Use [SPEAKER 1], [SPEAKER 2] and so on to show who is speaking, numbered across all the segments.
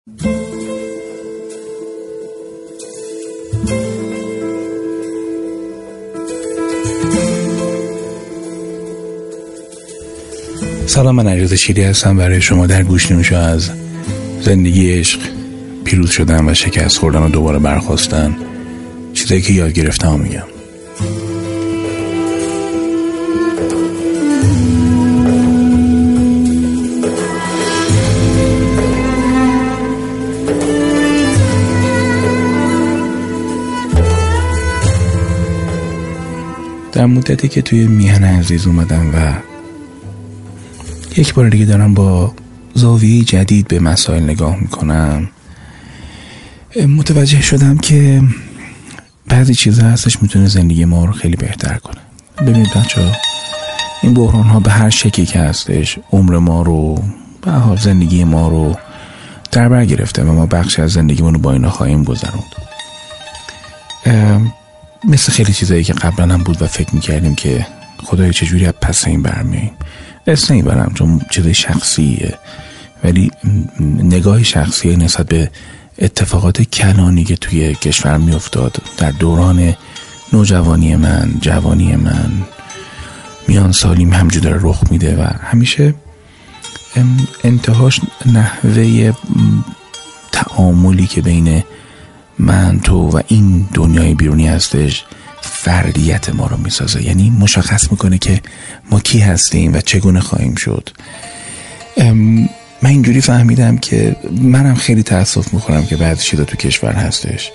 [SPEAKER 1] سلام، من علیرضا شیری هستم. برای شما در گوش‌نیمشو از زندگی، عشق، پیروز شدن و شکست خوردن و دوباره برخاستن، چیزایی که یاد گرفتم میگم. در مدتی که توی میهن عزیز اومدم و یک بار دیگه دارم با زاویه جدید به مسائل نگاه میکنم، متوجه شدم که بعضی چیزها هستش میتونه زندگی ما رو خیلی بهتر کنه. ببینید بچه‌ها، این بحران ها به هر شکلی که هستش عمر ما رو، به حال زندگی ما رو در بر گرفته و ما بخشی از زندگیمون رو با اینا خواهیم گذروند. مثل خیلی چیزایی که قبلا هم بود و فکر میکردیم که خدای چجوری از پس این برمیاییم. اسم نمیبرم چون چیز شخصیه، ولی نگاه شخصی نسبت به اتفاقات کلانی که توی کشور میافتاد در دوران نوجوانی من، جوانی من، میان سالیم همجور داره رخ میده و همیشه انتهاش نحوه تعاملی که بین من، تو و این دنیای بیرونی هستش فردیت ما رو میسازه. یعنی مشخص میکنه که ما کی هستیم و چگونه خواهیم شد. من اینجوری فهمیدم که منم خیلی تأسف میخورم که بعضی چیزا تو کشور هستش،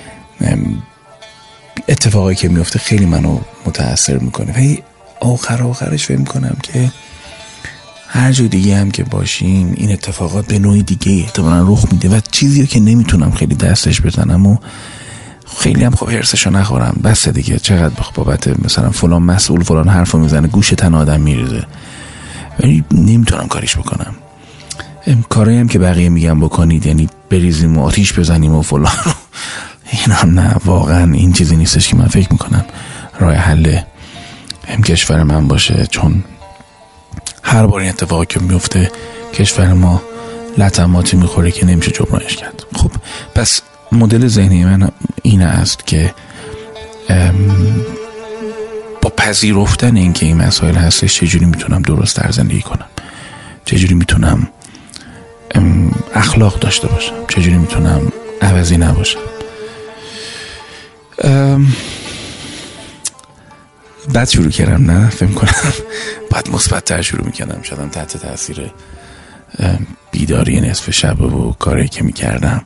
[SPEAKER 1] اتفاقی که میفته خیلی منو متأثر میکنه. ولی آخرش فکر میکنم که هر جای دیگه هم که باشیم این اتفاقات به نوعی دیگه احتمالاً رخ میده و چیزی که نمیتونم خیلی دستش بزنم و خیلی هم خب هرسشو نخورم، بس دیگه چقدر بابت مثلا فلان مسئول فلان حرفو میزنه گوش تن آدم میریزه، ولی نمیتونم کاریش بکنم. کاری هم که بقیه میگن بکنید، یعنی بریزیم و آتیش بزنیم و فلان، اینا نه، واقعا این چیزی نیستش که من فکر میکنم راه حل کشور من باشه، چون هر بار این اتفاقی که میفته کشور ما لطماتی میخوره که نمیشه جبرانش کرد. خب پس مدل ذهنی من این است که با پذیرفتن این که این مسائل هستش چجوری میتونم درست در زندگی کنم، چجوری میتونم اخلاق داشته باشم، چجوری میتونم عوضی نباشم. بعد شروع کردم، نه فکر کنم بعد مثبت‌تر شروع میکردم، شدم تحت تاثیر بیداری نصف شب و کاری که میکردم.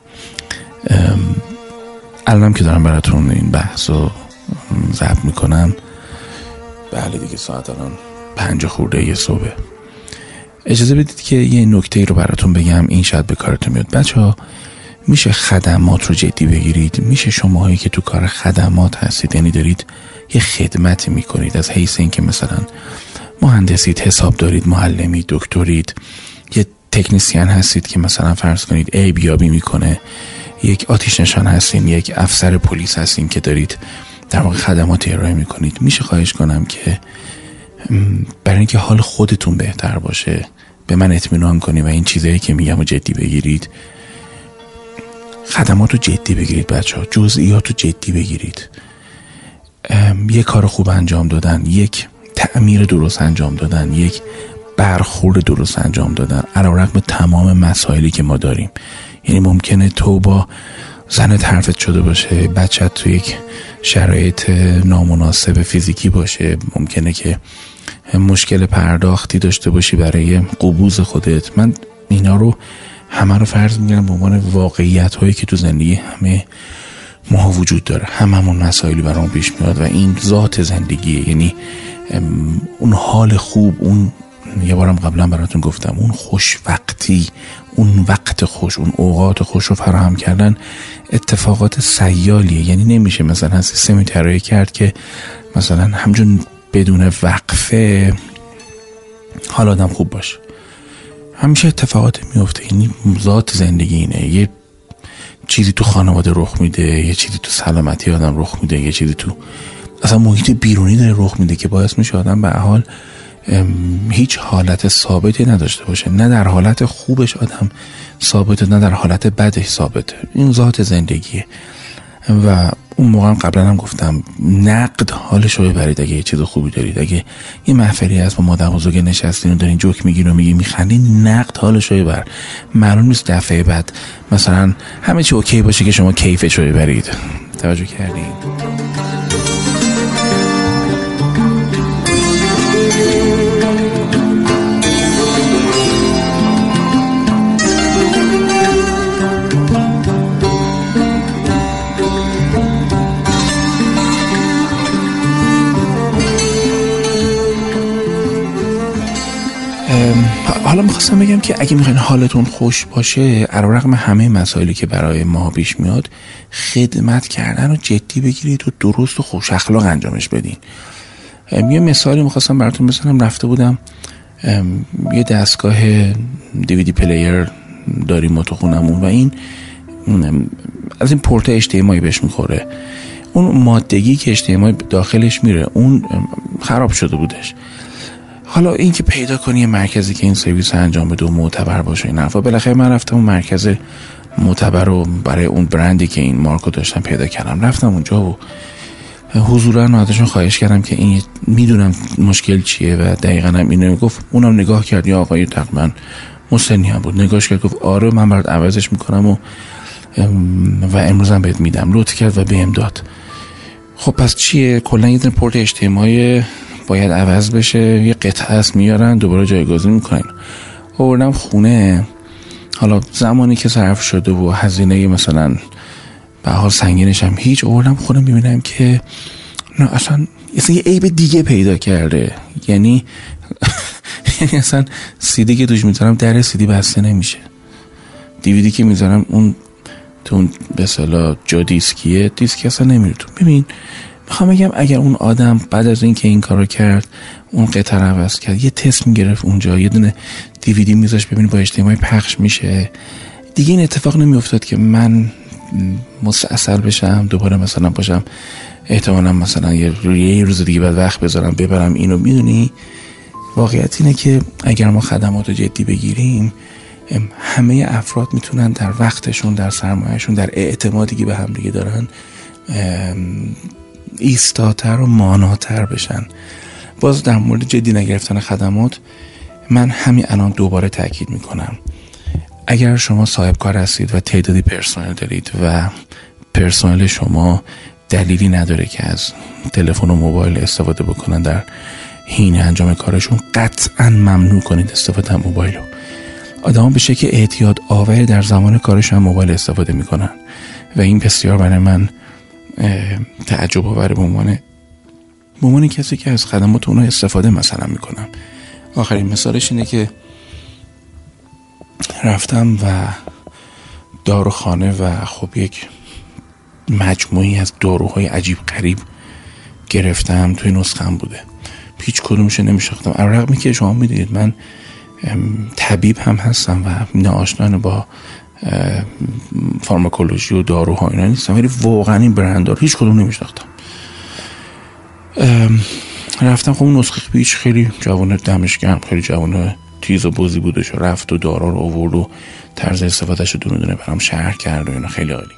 [SPEAKER 1] الانم که دارم براتون این بحث رو ضبط میکنم، بله دیگه ساعت الان 5 خورده صبح. اجازه بدید که یه نکته رو براتون بگم، این شاید به کارتون میاد. بچه‌ها میشه خدمات رو جدی بگیرید. میشه شماهایی که تو کار خدمات هستید، یعنی دارید یه خدمتی میکنید از حیث این که مثلا مهندسید، حساب دارید، معلمید، دکترید، یه تکنیسیان هستید که مثلا فرض کنید عیب یابی میکنه، یک آتش نشان هستین، یک افسر پلیس هستین که دارید در واقع خدمات ارائه میکنید. میشه خواهش کنم که برای اینکه حال خودتون بهتر باشه به من اطمینان کنید و این چیزایی که میگم رو جدی بگیرید. خدمات رو جدی بگیرید بچه‌ها، جزئیات رو جدی بگیرید. یک کار خوب انجام دادن، یک تعمیر درست انجام دادن، یک برخورد درست انجام دادن علیرغم تمام مسائلی که ما داریم. یعنی ممکنه تو با زنت حرفت شده باشه، بچت تو یک شرایط نامناسب فیزیکی باشه، ممکنه که مشکل پرداختی داشته باشی برای قبوز خودت. من اینا رو همه رو فرض میگیرم به عنوان واقعیت هایی که تو زندگی همه ما وجود داره. هممون مسائلی برام پیش میاد و این ذات زندگیه. یعنی اون حال خوب، اون یه بارم قبلا براتون گفتم، اون خوشوقتی، اون وقت خوش، اون اوقات خوش رو فراهم کردن اتفاقات سیالیه. یعنی نمیشه مثلا سیستمی طراحی کرد که مثلا همچون بدون وقفه حال آدم خوب باشه. همیشه اتفاقات میفته. یعنی ذات زندگی اینه. یه چیزی تو خانواده رخ میده، یه چیزی تو سلامتی آدم رخ میده، یه چیزی تو اصلا محیط بیرونی داره رخ میده که باعث میشه آدم به حال هیچ حالت ثابتی نداشته باشه. نه در حالت خوبش آدم ثابته، نه در حالت بدش ثابته. این ذات زندگیه. و اون موقع قبلا هم گفتم نقد حالش رو ببرید. اگه یه چیز خوبی دارید، اگه یه محفلی هست با مادر بزرگ نشستین و دارین جوک میگین و میخندین، نقد حالش رو ببر. معلوم نیست دفعه بعد مثلا همه چی اوکی باشه که شما کیفش رو ببرید. توجه کردین؟ حالا میخواستم بگم که اگه میخواین حالتون خوش باشه، علیرغم همه مسائلی که برای ما پیش میاد، خدمت کردن رو جدی بگیرید و درست و خوش اخلاق انجامش بدین. یه مثالی میخواستم براتون بزنم. رفته بودم یه دستگاه دیویدی پلیر داریم ما تو خونمون و این از این پورت HDMI بهش میخوره. اون مادگی که HDMI داخلش میره اون خراب شده بودش. حالا این که پیدا کنی یه مرکزی که این سرویس انجام بده و معتبر باشه این حرفا، بالاخره من رفتم اون مرکز معتبر رو برای اون برندی که این مارکو داشتم پیدا کردم. رفتم اونجا و حضوراً ازشون خواهش کردم که این میدونم مشکل چیه و دقیقاً هم اینو گفت. اونم نگاه کرد، یا آقای تقریباً مسنی هم بود، نگاهش کرد گفت آره من برات عوضش میکنم و امروزم بهت میدم. لطف کرد و بهم داد. خب پس چیه؟ کلا یه پورت HDMI باید عوض بشه، یه قطعه است میارن دوباره جایگزین میکنن. آوردم خونه. حالا زمانی که صرف شده و هزینه مثلا بها سنگینش هم هیچ، آوردم خونه میبینم که نه اصلا یه عیب دیگه پیدا کرده. یعنی اصلا سیدی که توش میذارم در سیدی بسته نمیشه. دیویدی که میذارم اون تو به اصطلاح جا دیسکی اصلا نمیره تو. ببین میخوام بگم اگر اون آدم بعد از این که این کارو کرد اون قطعه رو عوض کرد، یه تست میگرفت اونجا، یه دونه دیویدی میذاش ببینی با HDMI پخش میشه، دیگه این اتفاق نمیافتاد که من مستعصل بشم دوباره مثلا باشم احتمالا مثلا یه روز دیگه بعد وقت بذارم ببرم اینو. میدونی واقعیت اینه که اگر ما خدمات رو جدی بگیریم، همه افراد میتونن در وقتشون، در سرمایهشون، در اعتمادی که به هم دیگه دارن ایستاتر و ماناتر بشن. باز در مورد جدی نگرفتن خدمات من همین الان دوباره تاکید میکنم، اگر شما صاحب کار هستید و تعدادی پرسنل دارید و پرسنل شما دلیلی نداره که از تلفن و موبایل استفاده بکنن در حین انجام کارشون، قطعا ممنوع کنید استفاده از موبایل رو. آدما به شکل اعتیاد آور در زمان کارشون موبایل استفاده میکنن و این بسیار برای من تعجب آور به عنوان کسی که از خدمات اونها استفاده مثلا میکنم. آخرین مثالش اینه که رفتم و داروخانه و خب یک مجموعی از داروهای عجیب غریب گرفتم، توی نسخه‌ام بوده، هیچ کدومش نمیشناختم. علاوه که شما میدونید من طبیب هم هستم و ناآشنا با فارماکولوژی و داروها اینا نیستم، ولی واقعا این برندها رو هیچ کدوم نمیشناختم. رفتم خب اون نسخه پیچ خیلی جوانه دمش گرم، خیلی جوانه تیز و بزی بودش، رفت و دارا رو آورد و طرز استفادهش رو دونه دونه برام شرح کرد و اینا. خیلی عالی.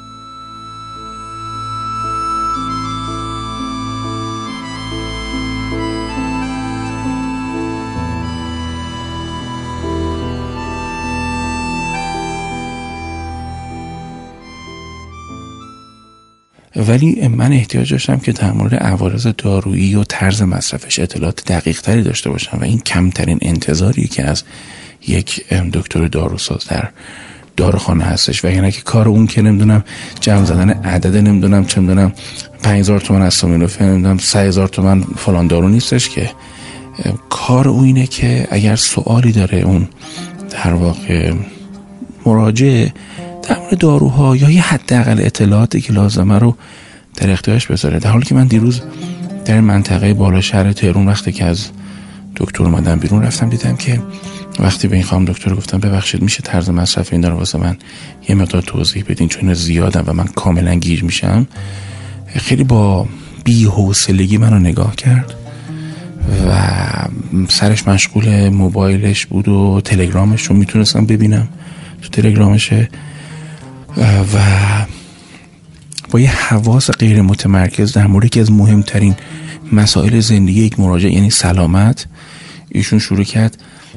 [SPEAKER 1] ولی من احتیاج داشتم که در مورد عوارض دارویی و طرز مصرفش اطلاعات دقیق تری داشته باشم و این کمترین انتظاری که از یک دکتر داروساز در داروخانه هستش. و یعنی که کار اون که نمیدونم جمع زدن عدد نمیدونم چه میدونم 5000 تومان استامینوفن نمیدونم 3000 تومان فلان دارو نیستش، که کار اون اینه که اگر سوالی داره اون در واقع مراجع در مورد داروها یا یه حداقل اطلاعاتی که لازمه رو در اختیارش بذاره. در حالی که من دیروز در منطقه بالا شهر تهران وقتی که از دکتر اومدم بیرون رفتم دیدم که وقتی به این خانم دکتر گفتم ببخشید میشه طرز مصرف این دارو واسه من یه مقدار توضیح بدین چون اینا زیادن و من کاملا گیج میشم، خیلی با بی‌حوصلگی منو نگاه کرد و سرش مشغول موبایلش بود و تلگرامش رو میتونستم ببینم تو تلگرامشه و با یه حواس غیر متمرکز در مورد یکی از مهمترین مسائل زندگی یک مراجع یعنی سلامت، ایشون شروع کرد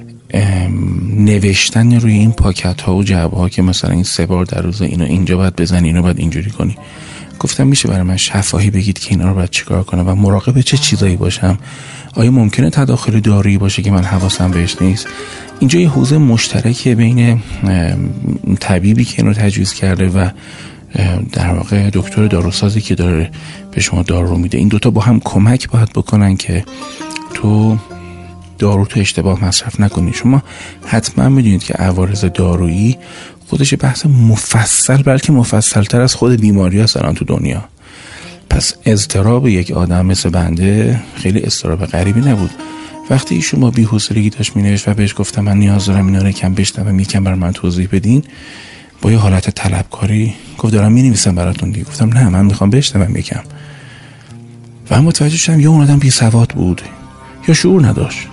[SPEAKER 1] نوشتن روی این پاکت ها و جعبه ها که مثلا این 3 بار در روز اینو اینجا باید بزنی، اینو باید اینجوری کنی. گفتم میشه برای من شفاهی بگید که اینا رو باید چیکار کنم و مراقب چه چیزایی باشم؟ آیا ممکنه تداخل دارویی باشه که من حواسم بهش نیست؟ اینجا یه حوزه مشترک بین طبیبی که اینو تجویز کرده و در واقع دکتر داروسازی که داره به شما دارو رو میده. این دوتا با هم کمک باید بکنن که تو دارو تو اشتباه مصرف نکنی. شما حتما میدونید که عوارض دارویی خودش بحث مفصل، بلکه مفصلتر از خود بیماری هست الان تو دنیا. پس اضطراب یک آدم مثل بنده خیلی اضطراب غریبی نبود. وقتی شما بی‌حوصلگی داشت مینوشت و بهش گفتم من نیاز دارم اینا رو کم بشنوم، یکم برای من توضیح بدین، با یه حالت طلبکاری گفت دارم مینویسم براتون دیگه. گفتم نه، من میخوام بشنوم یکم. و متوجه شدم یا اون آدم بی سواد بود یا شعور نداشت.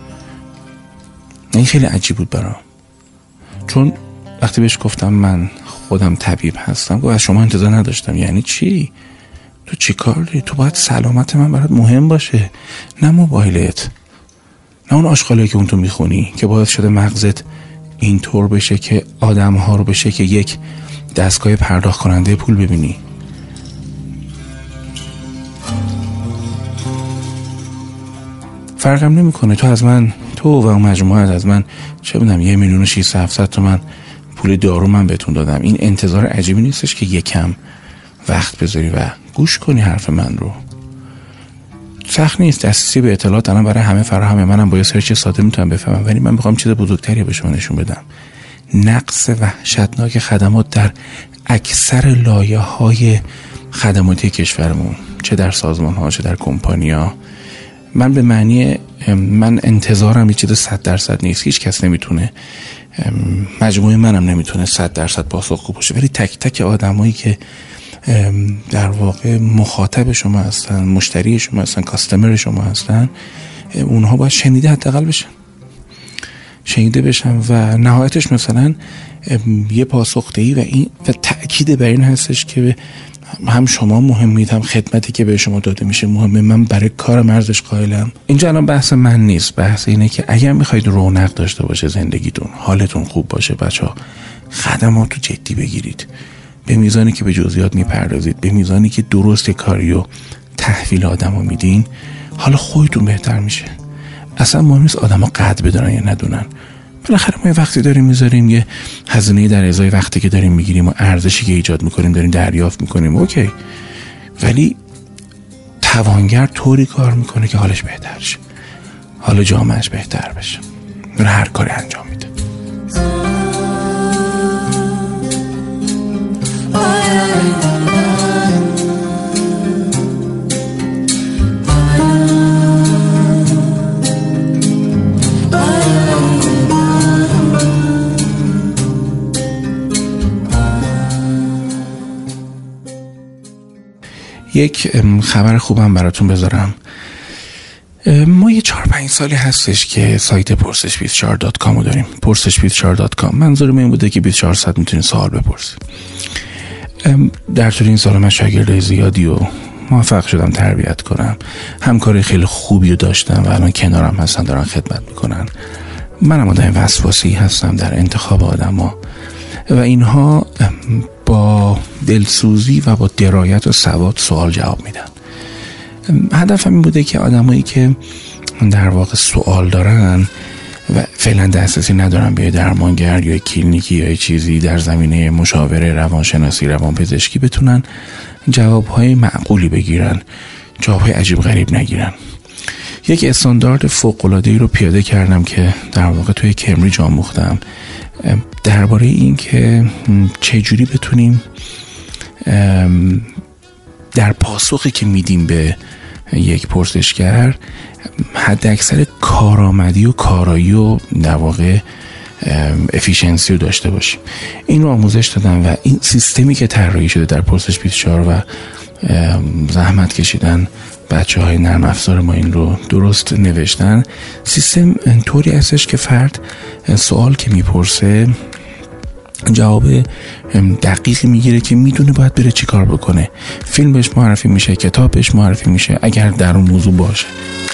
[SPEAKER 1] این خیلی عجیب بود برام، چون وقتی بهش گفتم من خودم طبیب هستم، گفت از شما انتظار نداشتم. یعنی چی؟ تو چی کار داری؟ تو باید سلامت من برات مهم باشه، نه موبایلت، نه اون آشغالی که اون تو میخونی که باعث شده مغزت اینطور بشه که آدم ها رو بشه که یک دستگاه پرداخت کننده پول ببینی. فرقم نمیکنه تو از من، تو و اون مجموعه از من چه بدونم 1,600,000 تومان پول دارو من بهتون دادم. این انتظار عجیبی نیستش که یکم وقت بذاری و گوش کنی حرف من رو. سخت نیست، دسترسی به اطلاعات الان برای همه فراهمه. منم با یه سرچ ساده میتونم بفهمم، ولی من میخوام چیز بزرگتری به شما نشون بدم. نقص وحشتناک خدمات در اکثر لایه‌های خدماتی کشورمون، چه در سازمان‌ها چه در کمپانی‌ها. من به معنی من انتظارم یه چیز 100% نیست. هیچ کس نمیتونه، مجموعه منم نمیتونه 100% پاسخگو باشه، ولی تک تک آدمایی که در واقع مخاطب شما هستن، مشتری شما هستن، کاستمر شما هستن، اونها باید شنیده بشن و نهایتش مثلا یه پاسخدهی و این و تأکید بر این هستش که هم شما مهمید، هم خدمتی که به شما داده میشه مهمه. من برای کارم ارزش قائلم. اینجا الان بحث من نیست، بحث اینه که اگر میخواید رونق داشته باشه زندگیتون، حالتون خوب باشه، بچه‌ها خدماتو جدی بگیرید، به میزانی که به جزئیات میپردازید، به میزانی که درست کاریو تحویل آدمو میدین، حالا خودتون بهتر میشه. اصلا مهم نیست آدما قدر بدونن یا ندونن. بالاخره ما یه وقتی داریم میذاریم، یه هزینه در ازای وقتی که داریم میگیریم و ارزشی که ایجاد میکنیم داریم دریافت میکنیم، اوکی. ولی توانگر طوری کار میکنه که حالش بهتر شه، حال جامعهش بهتر بشه، داره هر کاری انجام میده. یک خبر خوبم براتون بذارم. ما یه 4-5 سالی هستش که سایت پرسش24.com رو داریم. پرسش24.com منظورم این بوده که 24 ساعت میتونید سوال بپرسید. در طول این سال من شاگردای زیادی و موفق شدم تربیت کنم. همکاری خیلی خوبی رو داشتم و الان کنارم هستن، دارن خدمت میکنن. منم آدم وسواسی هستم در انتخاب آدما و اینها با دلسوزی و با درایت و سواد سوال جواب میدن. هدفم این بوده که آدمایی که در واقع سوال دارن و فعلا دسترسی ندارن به درمانگر یا کلینیکی یا چیزی در زمینه مشاوره روانشناسی روانپزشکی بتونن جوابهای معقولی بگیرن، جوابهای عجیب غریب نگیرن. یک استاندارد فوق‌العاده‌ای رو پیاده کردم که در واقع توی کمبریج آموختم درباره این که چجوری بتونیم در پاسخی که میدیم به یک پرسشگر حد اکثر کارآمدی و کارایی و در واقع افیشنسی رو داشته باشیم. این رو آموزش دادم و این سیستمی که طراحی شده در پرسش 24 و زحمت کشیدن بچه‌های نرم افزار ما این رو درست نوشتن. سیستم طوری هستش که فرد سوال که میپرسه جواب دقیقی میگیره که میدونه باید بره چی کار بکنه. فیلم بهش معرفی میشه، کتاب بهش معرفی میشه اگر در اون موضوع باشه.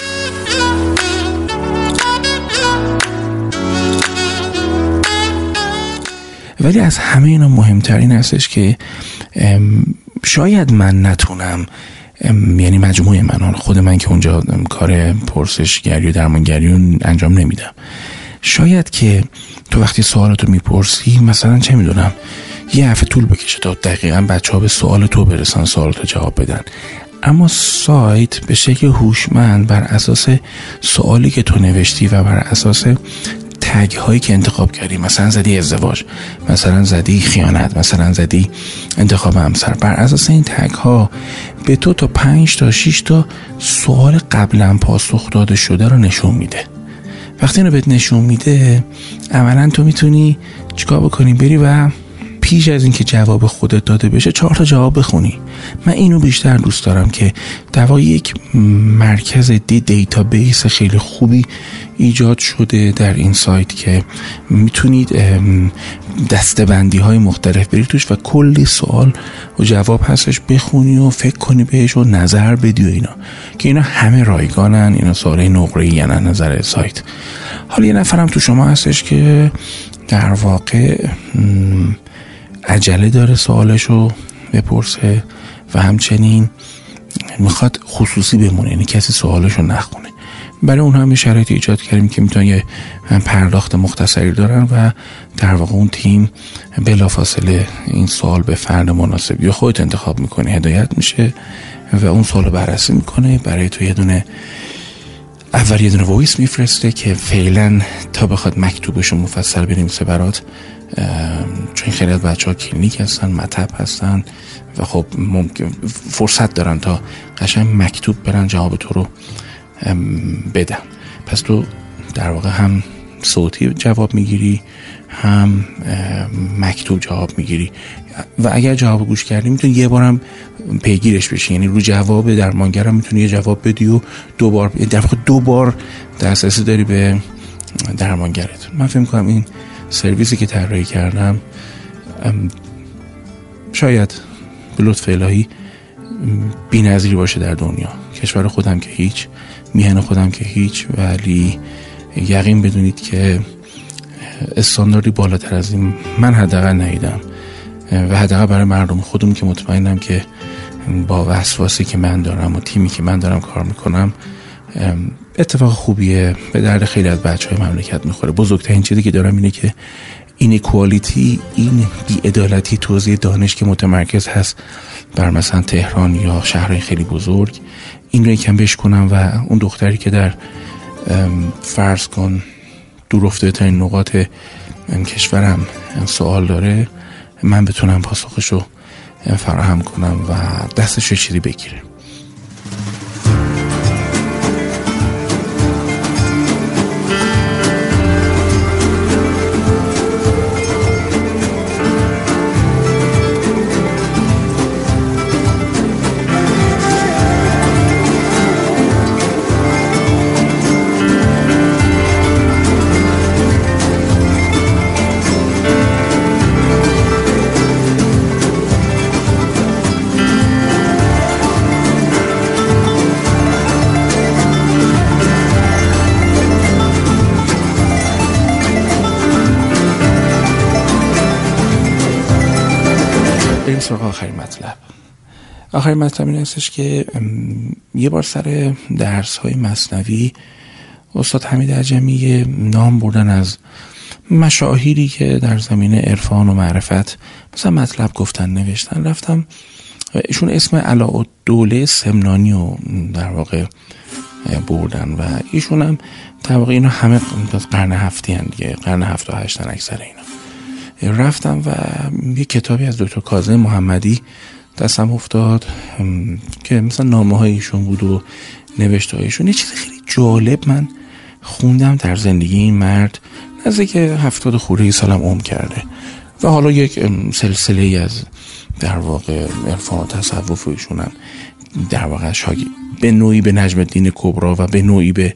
[SPEAKER 1] ولی از همه اینا مهمترین هستش که شاید من نتونم، یعنی مجموعه من، خود من که اونجا کار پرسشگری و درمانگری رو انجام نمیدم، شاید که تو وقتی سوالاتو میپرسی مثلا چه میدونم یه هفته طول بکشه تا دقیقاً بچه‌ها به سوال تو برسن، سوالاتو جواب بدن. اما سایت به شکل هوشمند بر اساس سوالی که تو نوشتی و بر اساس تگ هایی که انتخاب کردی، مثلا زدی ازدواج، مثلا زدی خیانت، مثلا زدی انتخاب همسر، بر اساس این تگ ها به تو تا 5 تا 6 تا سوال قبلا پاسخ داده شده رو نشون میده. وقتی اینو بهت نشون میده عملا تو میتونی چیکار بکنی؟ بری و پیش از این که جواب خودت داده بشه 4 تا جواب بخونی. من اینو بیشتر دوست دارم که در واقع یک مرکز دیتابیس خیلی خوبی ایجاد شده در این سایت که میتونید دسته‌بندی های مختلف برید توش و کلی سوال و جواب هستش بخونی و فکر کنی بهش و نظر بدی و اینا، که اینا همه رایگانن، اینا سوال نقره‌ای یعنی نظر سایت. حالا یه نفرم تو شما هستش که در واقع عجله داره سوالشو بپرسه و همچنین میخواد خصوصی بمونه، یعنی کسی سوالشو نخونه. برای اون هم شرایطی ایجاد کردیم که میتونن یه پرداخت مختصری دارن و در واقع اون تیم بلافاصله این سوال به فرد مناسب یا خودت انتخاب میکنه هدایت میشه و اون سوالو بررسی میکنه. برای تو یه دونه وایس میفرسته که فعلا تا بخواد مکتوبشو مفصل بنویسه برات، چون خیلی از بچه‌ها کلینیک هستن، مطب هستن و خب ممکن فرصت دارن تا قشنگ مکتوب برن جواب تو رو بدن. پس تو در واقع هم صوتی جواب میگیری هم مکتوب جواب میگیری و اگر جواب گوش کردی میتونی یه بارم پیگیرش بشی، یعنی رو جواب درمانگرم میتونی یه جواب بدی و در واقع 2 بار دسترسی داری به درمانگرت. من فکر می‌کنم این سرویسی که طراحی کردم شاید به لطف الهی بی‌نظیر باشه در دنیا. کشور خودم که هیچ، میهن خودم که هیچ، ولی یقین بدونید که استانداردی بالاتر از این من حداقل ندیدم و حداقل برای مردم خودم که مطمئنم که با وسواسی که من دارم و تیمی که من دارم کار میکنم اتفاق خوبیه، به درد خیلی از بچهای مملکت میخوره. بزرگترین چیزی که دارم اینه که اینکوالیتی، این بی‌عدالتی توزیع دانش که متمرکز هست بر مثلا تهران یا شهرهای خیلی بزرگ، این رو یکم بشکنم و اون دختری که در فرض کن دور افتاده ترین نقاط کشورم سوال داره، من بتونم پاسخشو فراهم کنم و دستش چیزی بگیره. آخرین مطلب این هستش که یه بار سر درس های مثنوی استاد حمید عجمی نام بردن از مشاهیری که در زمینه عرفان و معرفت مثلا مطلب گفتن، نوشتن. رفتم ایشون اسم علاءالدوله سمنانی رو در واقع بردن و ایشون هم در واقع اینا همه قرن 7 هن دیگه، قرن 7 و 8 اکثر اینا. رفتم و یه کتابی از دکتر کاظم محمدی دستم افتاد که مثلا نامه های ایشون بود و نوشته هایشون. یه چیز خیلی جالب من خوندم در زندگی این مرد. نزدیک 70 خورده سالم عمر کرده و حالا یک سلسله از در واقع عرفان و تصوف ایشونن در واقع به نوعی به نجم الدین کبری و به نوعی به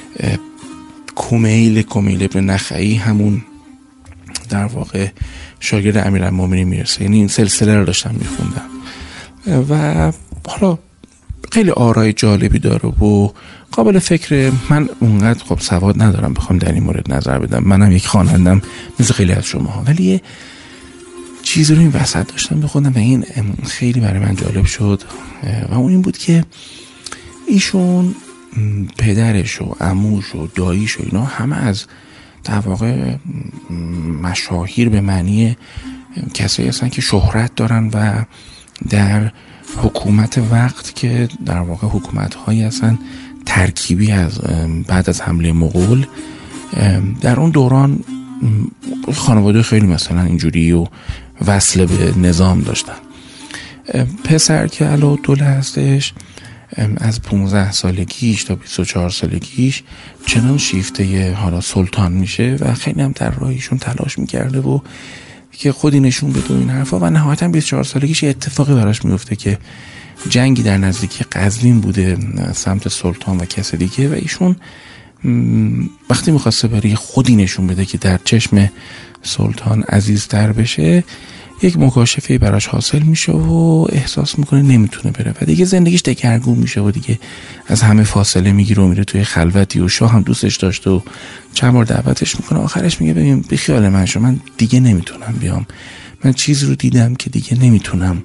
[SPEAKER 1] کمیل ابن نخعی، همون در واقع شاگرد امیرالمومنین میرسه. یعنی این سلسله رو داشتم میخوندم و حالا خیلی آرای جالبی داره و قابل فکر. من اونقدر خب سواد ندارم بخوام در این مورد نظر بدم، منم یک خوانندم مثل خیلی از شما ها، ولی یه چیزی رو این وسط داشتم بخوندم و این خیلی برای من جالب شد و اون این بود که ایشون پدرش و عموش و داییش و اینا همه از در واقع مشاهیر به معنی کسایی هستن که شهرت دارن و در حکومت وقت که در واقع حکومت هایی هستن ترکیبی از بعد از حمله مغول، در اون دوران خانواده خیلی مثلا اینجوری و وصل به نظام داشتن. پسر که علاءالدوله هستش از 15 سالگیش تا 24 سالگیش چنان شیفته حالا سلطان میشه و خیلی هم در راهیشون تلاش میکرده و که خودی نشون بده این حرفا و نهایتا 24 سالگیش یه اتفاقی براش میفته که جنگی در نزدیکی قزوین بوده سمت سلطان و کس دیگه و ایشون وقتی میخواسته برای خودی نشون بده که در چشم سلطان عزیزتر بشه، یک مکاشفه براش حاصل میشه و احساس میکنه نمیتونه بره و دیگه زندگیش دگرگون میشه و دیگه از همه فاصله میگیره و میره توی خلوتی و شاه هم دوستش داشته و چند بار دعوتش میکنه. آخرش میگه ببین بیخیال من شو، من دیگه نمیتونم بیام، من چیزی رو دیدم که دیگه نمیتونم.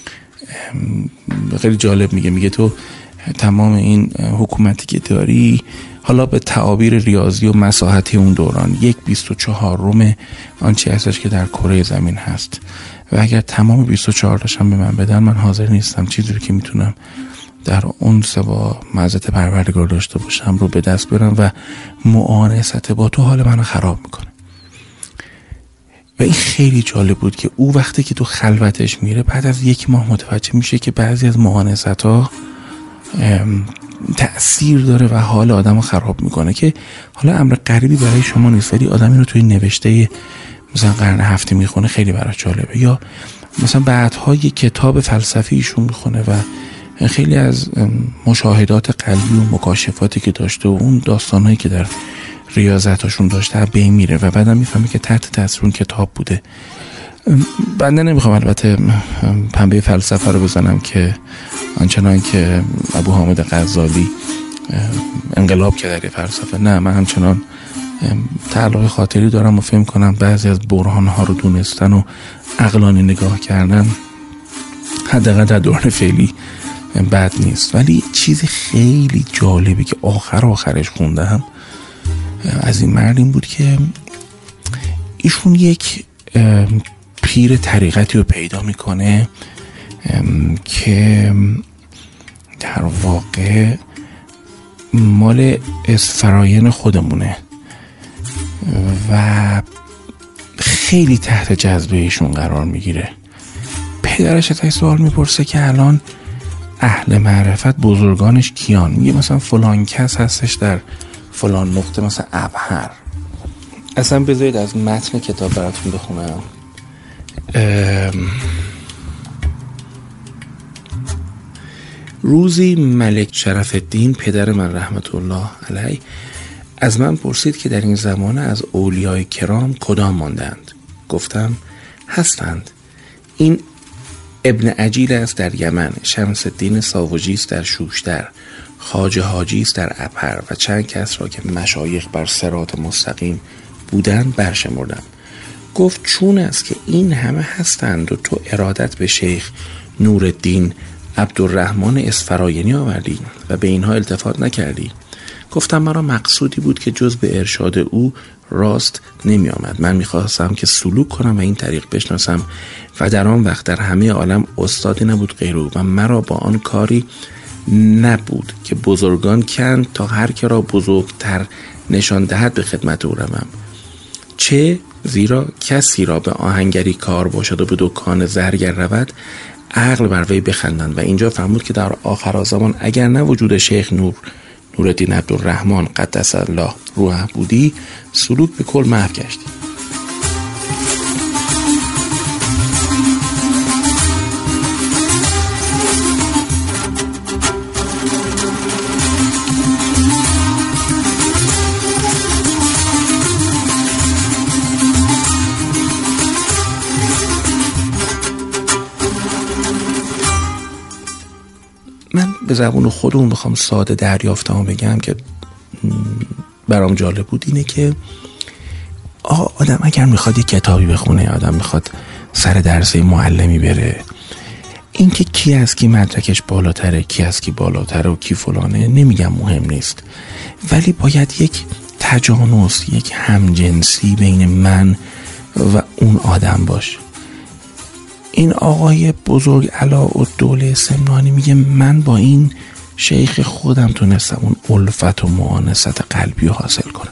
[SPEAKER 1] خیلی جالب میگه تو تمام این حکومتی که داری حالا به تعابیر ریاضی و مساحتی اون دوران 1/24 آنچه هستش که در کره زمین هست و اگر تمام 24 تاشم به من بدن من حاضر نیستم چیزی رو که میتونم در اون با معزت پروردگار داشته باشم رو به دست برم و معانست با تو حال منو خراب میکنه. و این خیلی جالب بود که او وقتی که تو خلوتش میره بعد از 1 ماه متوجه میشه که بعضی از معانست ها تأثیر داره و حال آدم رو خراب میکنه، که حالا امر غریبی برای شما نیست ولی آدمی رو توی نوشته مثلا قرن 7 میخونه خیلی براش جالبه، یا مثلا بعدها یک کتاب فلسفی ایشون میخونه و خیلی از مشاهدات قلبی و مکاشفاتی که داشته و اون داستانهایی که در ریاضتاشون داشته به این میره و بعدم میفهمه که تحت تاثیر اون کتاب بوده. بنده نمیخوام البته پنبه فلسفه رو بزنم که آنچنان که ابو حامد غزالی انقلاب کرده در فلسفه، نه، من همچنان تعلق خاطری دارم و فهم کنم بعضی از برهانها رو دونستن و عقلانی نگاه کردن حداقل در دوران فعلی بد نیست. ولی چیز خیلی جالبی که آخرش خوندم از این مرد این بود که ایشون یک پیر طریقتی رو پیدا میکنه که در واقع مال اسفراین خودمونه و خیلی تحت جذبه ایشون قرار میگیره. پدرش ازش سوال میپرسه که الان اهل معرفت بزرگانش کیان؟ میگه مثلا فلان کس هستش در فلان نقطه، مثلا ابهر. اصلا بذارید از متن کتاب براتون بخونم. روزی ملک شرف الدین پدر من رحمت الله علیه از من پرسید که در این زمانه از اولیای کرام کدام ماندند؟ گفتم هستند. این ابن عجیل است در یمن، شمس الدین ساوجی است در شوشتر، خواجه حاجی است در ابهر و چند کس را که مشایخ بر صراط مستقیم بودند برشمردم. گفت چون است که این همه هستند و تو ارادت به شیخ نورالدین عبدالرحمن اسفراینی آوردی و به اینها التفات نکردی؟ گفتم مرا مقصودی بود که جز به ارشاد او راست نمی آمد. من می خواستم که سلوک کنم و این طریق بشناسم و در آن وقت در همه عالم استادی نبود غیر او و مرا با آن کاری نبود که بزرگان کند تا هر که را بزرگتر نشان دهد به خدمت او روم. چه زیرا کسی را به آهنگری کار باشد و به دکان زرگر رود عقل بر وی بخندند. و اینجا فرمود که در آخر زمان اگر نه وجود شیخ نورالدین عبدالرحمن قدس الله روحه بودی سلوک به کل محو گشتی. به زبون خودمون بخوام ساده دریافتمو بگم که برام جالب بود اینه که آدم اگر میخواد یه کتابی بخونه، آدم میخواد سر درسه معلمی بره، این که کی از کی مدرکش بالاتره، کی از کی بالاتره و کی فلانه نمیگم مهم نیست، ولی باید یک تجانس، یک همجنسی بین من و اون آدم باشه. این آقای بزرگ علاءالدوله سمنانی میگه من با این شیخ خودم تونستم اون الفت و معانست قلبی رو حاصل کنم.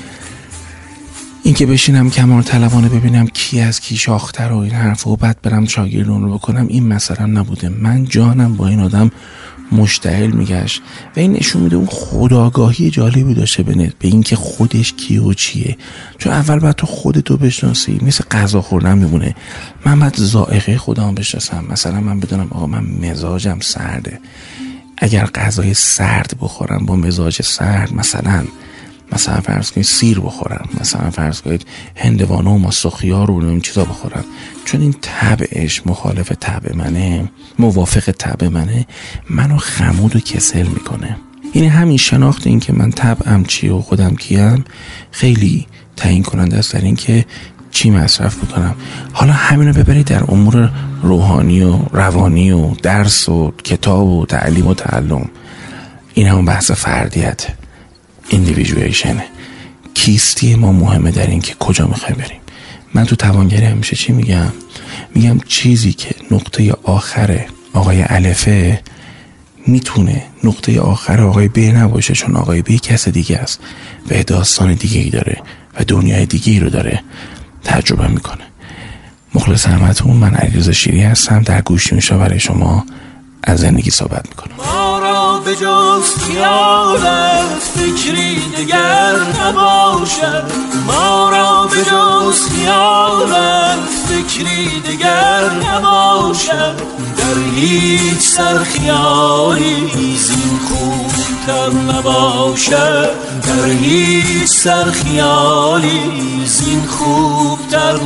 [SPEAKER 1] این که بشینم کمال طلبانه ببینم کی از کی شاختر و این حرف و بعد برم شاگردون رو بکنم، این مثلا نبوده. من جانم با این آدم مشتعل میگشت و این نشون میده اون خودآگاهی جالبی داشته به این که خودش کیه و چیه. چون اول باید تو خودتو بشناسی، مثل غذا خوردن میمونه. من باید ذائقه خودم بشناسم. مثلا من بدونم آقا من مزاجم سرده، اگر غذای سرد بخورم با مزاج سرد، مثلا فرض کنید سیر بخورم، مثلا فرض کنید هندوانه و ماست و خیار و این چیزا بخورم، چون این طبعش مخالف طبع منه، موافق طبع منه، منو خمود و کسل میکنه. یعنی همین شناخت این که من طبعم چیه و خودم کیم خیلی تعیین کننده است در این که چی مصرف بکنم. حالا همینو ببرید در امور روحانی و روانی و درس و کتاب و تعلیم و تعلم. این همون بحث فردیت، ایندیویژویشنه. کیستی ما مهمه در این که کجا میخوایم بریم. من تو توانگری همیشه چی میگم چیزی که نقطه آخر آقای الفه میتونه نقطه آخر آقای ب نباشه، چون آقای ب کس دیگه است و داستان دیگه ای داره و دنیای دیگه ای رو داره تجربه میکنه. مخلص همتون، من علیرضا شیری هستم. در گوش میشه برای شما از زندگی صحبت میکنم.
[SPEAKER 2] ما را به جز خیالت فکری دگر نباشد، ما را به جز خیالت فکری دگر نباشد، در هیچ سر خیالی زین خوبتر نباشد، در هیچ سر خیالی زین خوبتر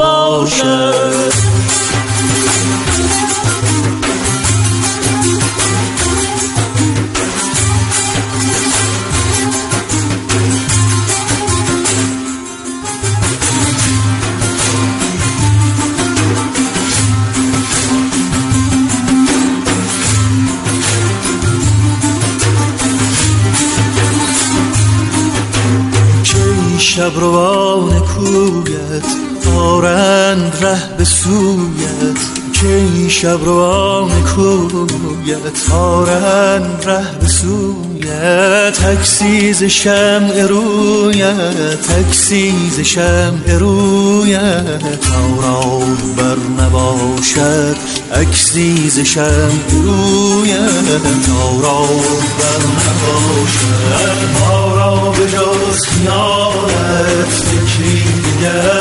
[SPEAKER 2] نباشد. شب روان کویت آرند ره به سویت، که این شب روان کویت آرند ره به سویت، تکسیز شمع رویت، تکسیز شمع رویت، تا را بر نباشد اکسیز شمع رویت، تا را بر نباشد، ما را به جز خیالت فکری دیگر